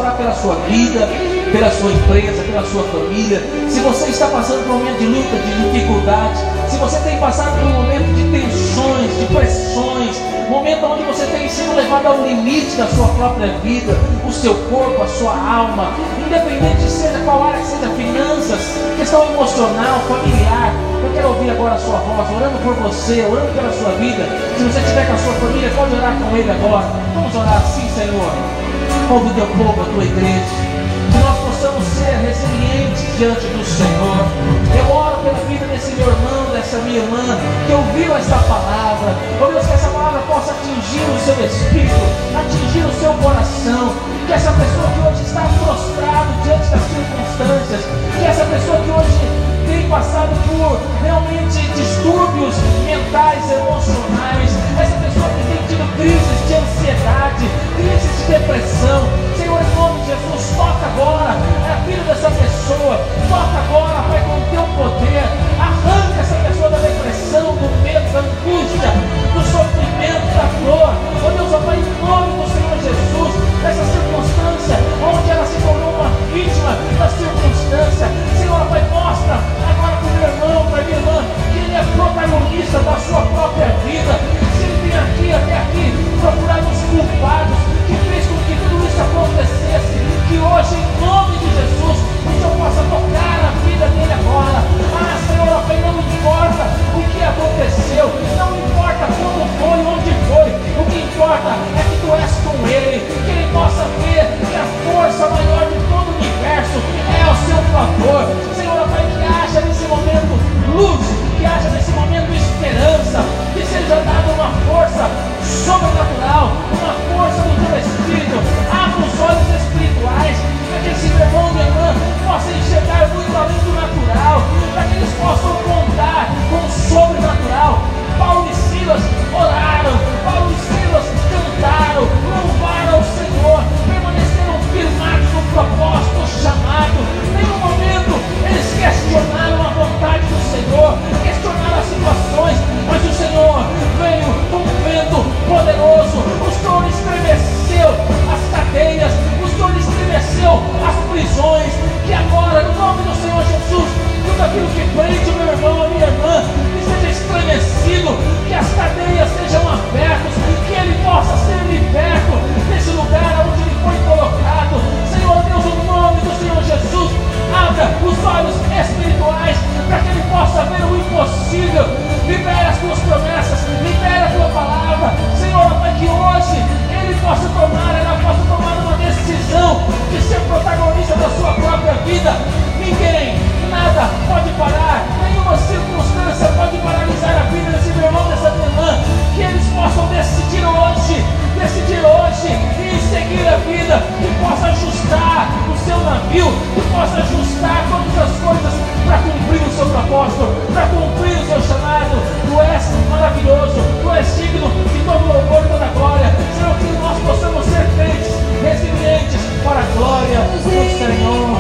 orar pela sua vida, pela sua empresa, pela sua família. Se você está passando por um momento de luta, de dificuldade, se você tem passado por um momento de tensões, de pressões, momento onde você tem sido levado ao limite da sua própria vida, o seu corpo, a sua alma, independente seja qual área, seja finanças, questão emocional, familiar, eu quero ouvir agora a sua voz, orando por você, orando pela sua vida. Se você estiver com a sua família, pode orar com ele agora. Vamos orar assim, Senhor. Ouve o teu povo, a tua igreja, que nós possamos ser resilientes diante do Senhor. Eu oro pela vida desse meu irmão, dessa minha irmã, que ouviu essa palavra. Oh Deus, que essa palavra possa atingir o seu espírito, atingir o seu coração. Que essa pessoa que hoje está prostrado diante das circunstâncias, que essa pessoa que hoje tem passado por realmente distúrbios mentais, emocionais, essa pessoa que tem tido crises de ansiedade, crises de depressão, Senhor, em nome de Jesus, toca agora a vida dessa pessoa, toca agora, Pai, com o teu poder, arranca essa pessoa da depressão, do medo, da angústia, do sofrimento, da dor. Oh Deus, ó Pai, em nome do Senhor Jesus, essa circunstância onde ela se tornou uma vítima da circunstância, Senhor, Pai, mostra agora para o meu irmão, para a minha irmã, que ele é protagonista da sua própria vida. Se ele tem aqui, até aqui, procurado os culpados, que fez com que tudo isso acontecesse, que hoje, em nome de Jesus, o Senhor possa tocar na vida dele agora. Ah, Senhor, Pai, não importa o que aconteceu, não importa como foi, onde foi, o que importa é que tu és com ele, que ele possa ver que a força maior de todo o universo é ao seu favor. Senhor, Pai, que haja nesse momento luz, que haja nesse momento esperança, que seja dada uma força sobrenatural, uma força do teu Espírito. Abra os olhos espirituais, para que esse meu irmão, minha irmã, possa enxergar muito além do natural, para que eles possam contar com o sobrenatural. Paulo e Silas oraram, Paulo e Silas cantaram, louvaram ao Senhor, permaneceram firmados no propósito, no chamado. Em nenhum momento eles questionaram a vontade do Senhor, questionaram as situações, mas o Senhor veio com um vento poderoso. O Senhor estremeceu as cadeias, o Senhor estremeceu as prisões. Que agora, no nome do Senhor Jesus, tudo aquilo que prende o meu irmão, a minha irmã, que seja estremecido, que as cadeias sejam abertas, que ele possa ser liberto desse lugar onde ele foi colocado. Senhor Deus, no nome do Senhor Jesus, abra os olhos espirituais para que ele possa ver o impossível. Libera as tuas promessas, libera a tua palavra, Senhor, para que hoje ele possa tomar, ela possa tomar uma decisão de ser protagonista da sua própria vida. Ninguém, nada pode parar, nenhuma circunstância pode paralisar a vida desse meu irmão, dessa minha irmã. Que eles possam decidir hoje, decidir hoje e seguir a vida, que possa ajustar o seu navio, que possa ajustar todas as coisas para cumprir o seu propósito, para cumprir o seu chamado. Tu és maravilhoso, tu és digno de todo louvor e toda glória. Senhor, que nós possamos ser crentes, resilientes para a glória do Senhor.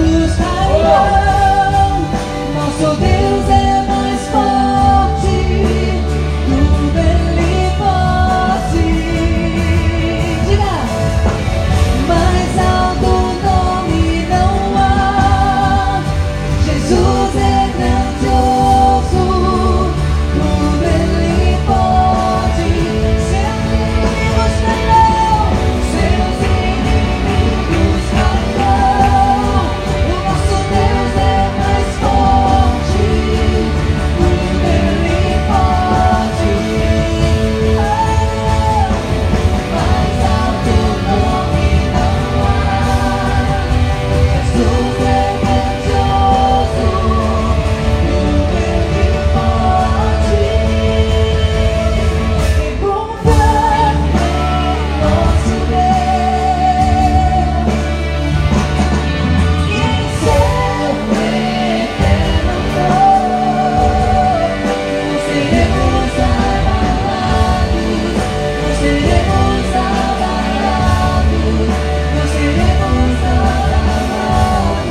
Oh. Nosso Deus é mais forte, tudo Ele pode. Diga, mais alto nome não há. Jesus é grandioso, tudo Ele pode. Seus inimigos cairão, seus inimigos cairão. O nosso Deus é mais forte, tudo Ele pode. Mais alto nome não há. Jesus é grandioso, tudo Ele pode. E confiar em nosso Deus e em seu eterno amor, não seremos abalados, não seremos abalados, não seremos abalados.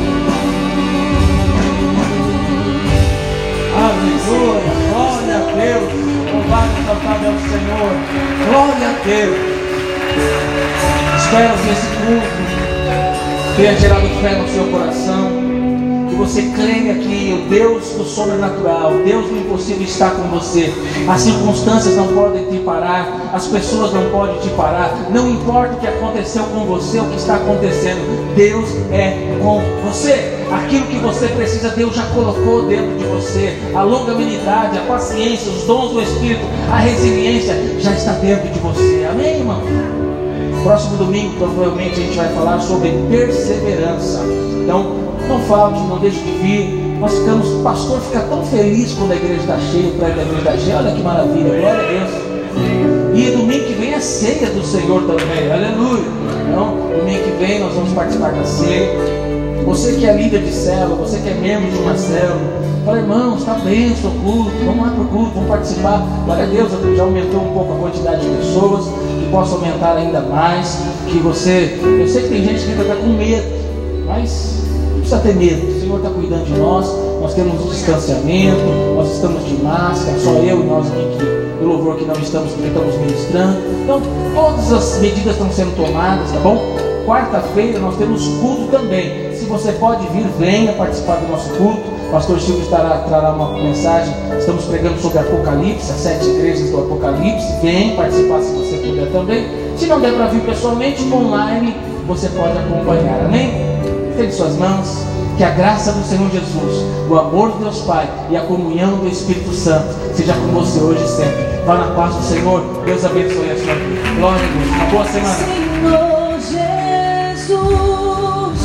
Aleluia, glória a Deus, louvado e exaltado é o Senhor, glória a Deus. Espero que esse culto tenha gerado fé no seu coração. Que você creia que o Deus do sobrenatural, o Deus do impossível está com você. As circunstâncias não podem te parar, as pessoas não podem te parar. Não importa o que aconteceu com você, o que está acontecendo, Deus é com você. Aquilo que você precisa, Deus já colocou dentro de você. A longanimidade, a paciência, os dons do Espírito, a resiliência já está dentro de você. Amém, irmão? Próximo domingo, provavelmente, a gente vai falar sobre perseverança. Então, não falte, não deixe de vir. Nós ficamos, o pastor fica tão feliz quando a igreja está cheia, o prédio da igreja está cheia. Olha que maravilha, glória a Deus. E domingo que vem é ceia do Senhor também, aleluia. Então, domingo que vem nós vamos participar da ceia. Você que é líder de célula, você que é membro de uma célula, fala, irmãos, está bem o seu culto, vamos lá para o culto, vamos participar. Glória a Deus, já aumentou um pouco a quantidade de pessoas, que possa aumentar ainda mais. Que você, eu sei que tem gente que ainda está com medo, mas não precisa ter medo, o Senhor está cuidando de nós. Nós temos um distanciamento, nós estamos de máscara, só eu e nós aqui que, do louvor que não estamos, que estamos ministrando. Então, todas as medidas estão sendo tomadas, tá bom? Quarta-feira nós temos culto também. Se você pode vir, venha participar do nosso culto. O pastor Silvio estará, trará uma mensagem. Estamos pregando sobre Apocalipse, as sete igrejas do Apocalipse. Vem participar se você puder também. Se não der para vir pessoalmente, online você pode acompanhar. Amém? Estende suas mãos. Que a graça do Senhor Jesus, o amor de Deus Pai e a comunhão do Espírito Santo seja com você hoje e sempre. Vá na paz do Senhor. Deus abençoe a sua vida. Glória a Deus. Uma boa semana. Senhor Jesus.